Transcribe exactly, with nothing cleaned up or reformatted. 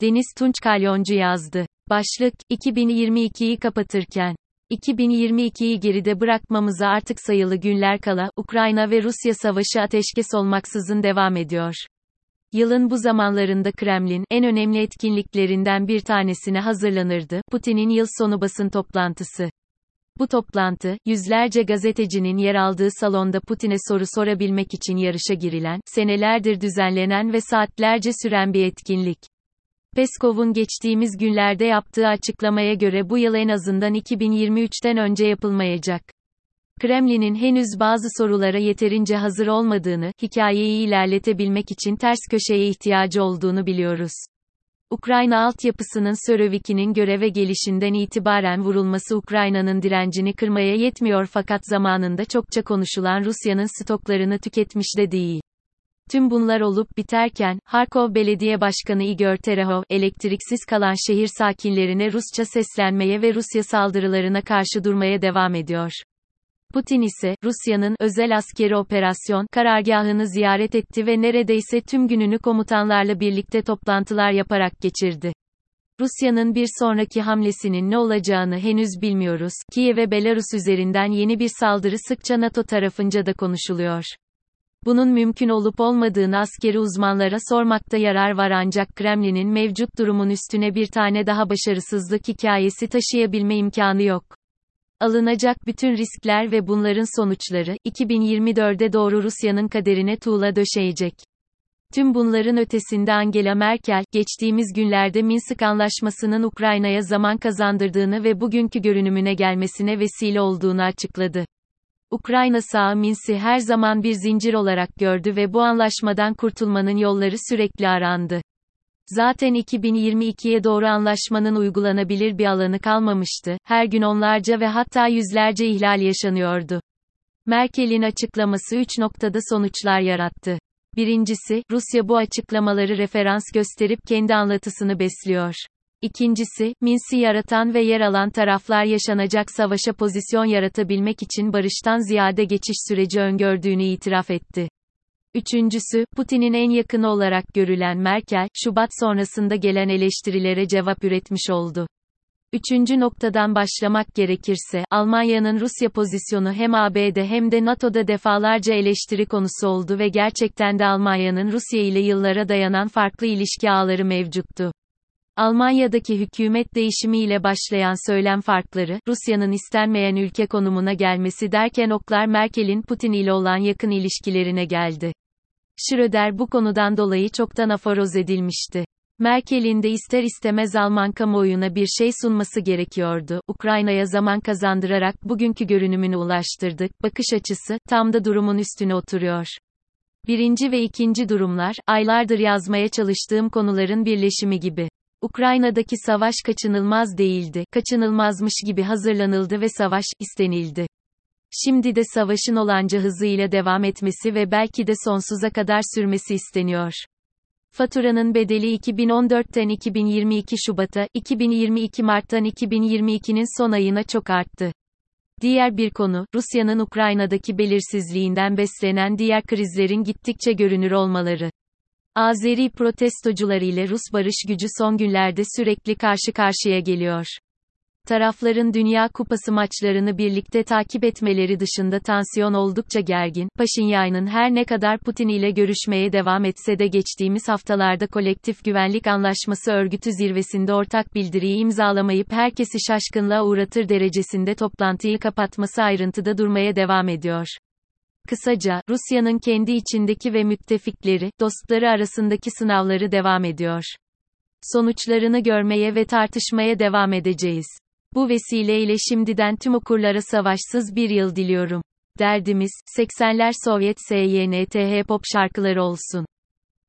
Deniz Tunç Kalyoncu yazdı. Başlık, iki bin yirmi ikiyi kapatırken. iki bin yirmi ikiyi geride bırakmamıza artık sayılı günler kala, Ukrayna ve Rusya savaşı ateşkes olmaksızın devam ediyor. Yılın bu zamanlarında Kremlin, en önemli etkinliklerinden bir tanesine hazırlanırdı, Putin'in yıl sonu basın toplantısı. Bu toplantı, yüzlerce gazetecinin yer aldığı salonda Putin'e soru sorabilmek için yarışa girilen, senelerdir düzenlenen ve saatlerce süren bir etkinlik. Peskov'un geçtiğimiz günlerde yaptığı açıklamaya göre bu yıl en azından iki bin yirmi üçten önce yapılmayacak. Kremlin'in henüz bazı sorulara yeterince hazır olmadığını, hikayeyi ilerletebilmek için ters köşeye ihtiyacı olduğunu biliyoruz. Ukrayna altyapısının Suroviki'nin göreve gelişinden itibaren vurulması Ukrayna'nın direncini kırmaya yetmiyor fakat zamanında çokça konuşulan Rusya'nın stoklarını tüketmiş de değil. Tüm bunlar olup biterken, Harkov Belediye Başkanı Igor Terehov, elektriksiz kalan şehir sakinlerine Rusça seslenmeye ve Rusya saldırılarına karşı durmaya devam ediyor. Putin ise, Rusya'nın özel askeri operasyon karargahını ziyaret etti ve neredeyse tüm gününü komutanlarla birlikte toplantılar yaparak geçirdi. Rusya'nın bir sonraki hamlesinin ne olacağını henüz bilmiyoruz. Kiev ve Belarus üzerinden yeni bir saldırı sıkça NATO tarafınca da konuşuluyor. Bunun mümkün olup olmadığını askeri uzmanlara sormakta yarar var ancak Kremlin'in mevcut durumun üstüne bir tane daha başarısızlık hikayesi taşıyabilme imkanı yok. Alınacak bütün riskler ve bunların sonuçları, iki bin yirmi dörde doğru Rusya'nın kaderine tuğla döşeyecek. Tüm bunların ötesinde Angela Merkel, geçtiğimiz günlerde Minsk Anlaşması'nın Ukrayna'ya zaman kazandırdığını ve bugünkü görünümüne gelmesine vesile olduğunu açıkladı. Ukrayna sağı Minsk'i her zaman bir zincir olarak gördü ve bu anlaşmadan kurtulmanın yolları sürekli arandı. Zaten iki bin yirmi ikiye doğru anlaşmanın uygulanabilir bir alanı kalmamıştı, her gün onlarca ve hatta yüzlerce ihlal yaşanıyordu. Merkel'in açıklaması üç noktada sonuçlar yarattı. Birincisi, Rusya bu açıklamaları referans gösterip kendi anlatısını besliyor. İkincisi, Minsk'i yaratan ve yer alan taraflar yaşanacak savaşa pozisyon yaratabilmek için barıştan ziyade geçiş süreci öngördüğünü itiraf etti. Üçüncüsü, Putin'in en yakını olarak görülen Merkel, Şubat sonrasında gelen eleştirilere cevap üretmiş oldu. Üçüncü noktadan başlamak gerekirse, Almanya'nın Rusya pozisyonu hem A B D hem de NATO'da defalarca eleştiri konusu oldu ve gerçekten de Almanya'nın Rusya ile yıllara dayanan farklı ilişki ağları mevcuttu. Almanya'daki hükümet değişimiyle başlayan söylem farkları, Rusya'nın istenmeyen ülke konumuna gelmesi derken oklar Merkel'in Putin ile olan yakın ilişkilerine geldi. Schröder bu konudan dolayı çoktan aforoz edilmişti. Merkel'in de ister istemez Alman kamuoyuna bir şey sunması gerekiyordu. Ukrayna'ya zaman kazandırarak bugünkü görünümünü ulaştırdık. Bakış açısı, tam da durumun üstüne oturuyor. Birinci ve ikinci durumlar, aylardır yazmaya çalıştığım konuların birleşimi gibi. Ukrayna'daki savaş kaçınılmaz değildi, kaçınılmazmış gibi hazırlanıldı ve savaş, istenildi. Şimdi de savaşın olanca hızıyla devam etmesi ve belki de sonsuza kadar sürmesi isteniyor. Faturanın bedeli iki bin on dörtten iki bin yirmi iki Şubat'a, iki bin yirmi iki Mart'tan iki bin yirmi ikinin son ayına çok arttı. Diğer bir konu, Rusya'nın Ukrayna'daki belirsizliğinden beslenen diğer krizlerin gittikçe görünür olmaları. Azeri protestocular ile Rus barış gücü son günlerde sürekli karşı karşıya geliyor. Tarafların Dünya Kupası maçlarını birlikte takip etmeleri dışında tansiyon oldukça gergin. Paşinyan'ın her ne kadar Putin ile görüşmeye devam etse de geçtiğimiz haftalarda Kolektif Güvenlik Anlaşması örgütü zirvesinde ortak bildiriyi imzalamayıp herkesi şaşkınlığa uğratır derecesinde toplantıyı kapatması ayrıntıda durmaya devam ediyor. Kısaca, Rusya'nın kendi içindeki ve müttefikleri, dostları arasındaki sınavları devam ediyor. Sonuçlarını görmeye ve tartışmaya devam edeceğiz. Bu vesileyle şimdiden tüm okurlara savaşsız bir yıl diliyorum. Derdimiz, seksenler Sovyet S Y N T H pop şarkıları olsun.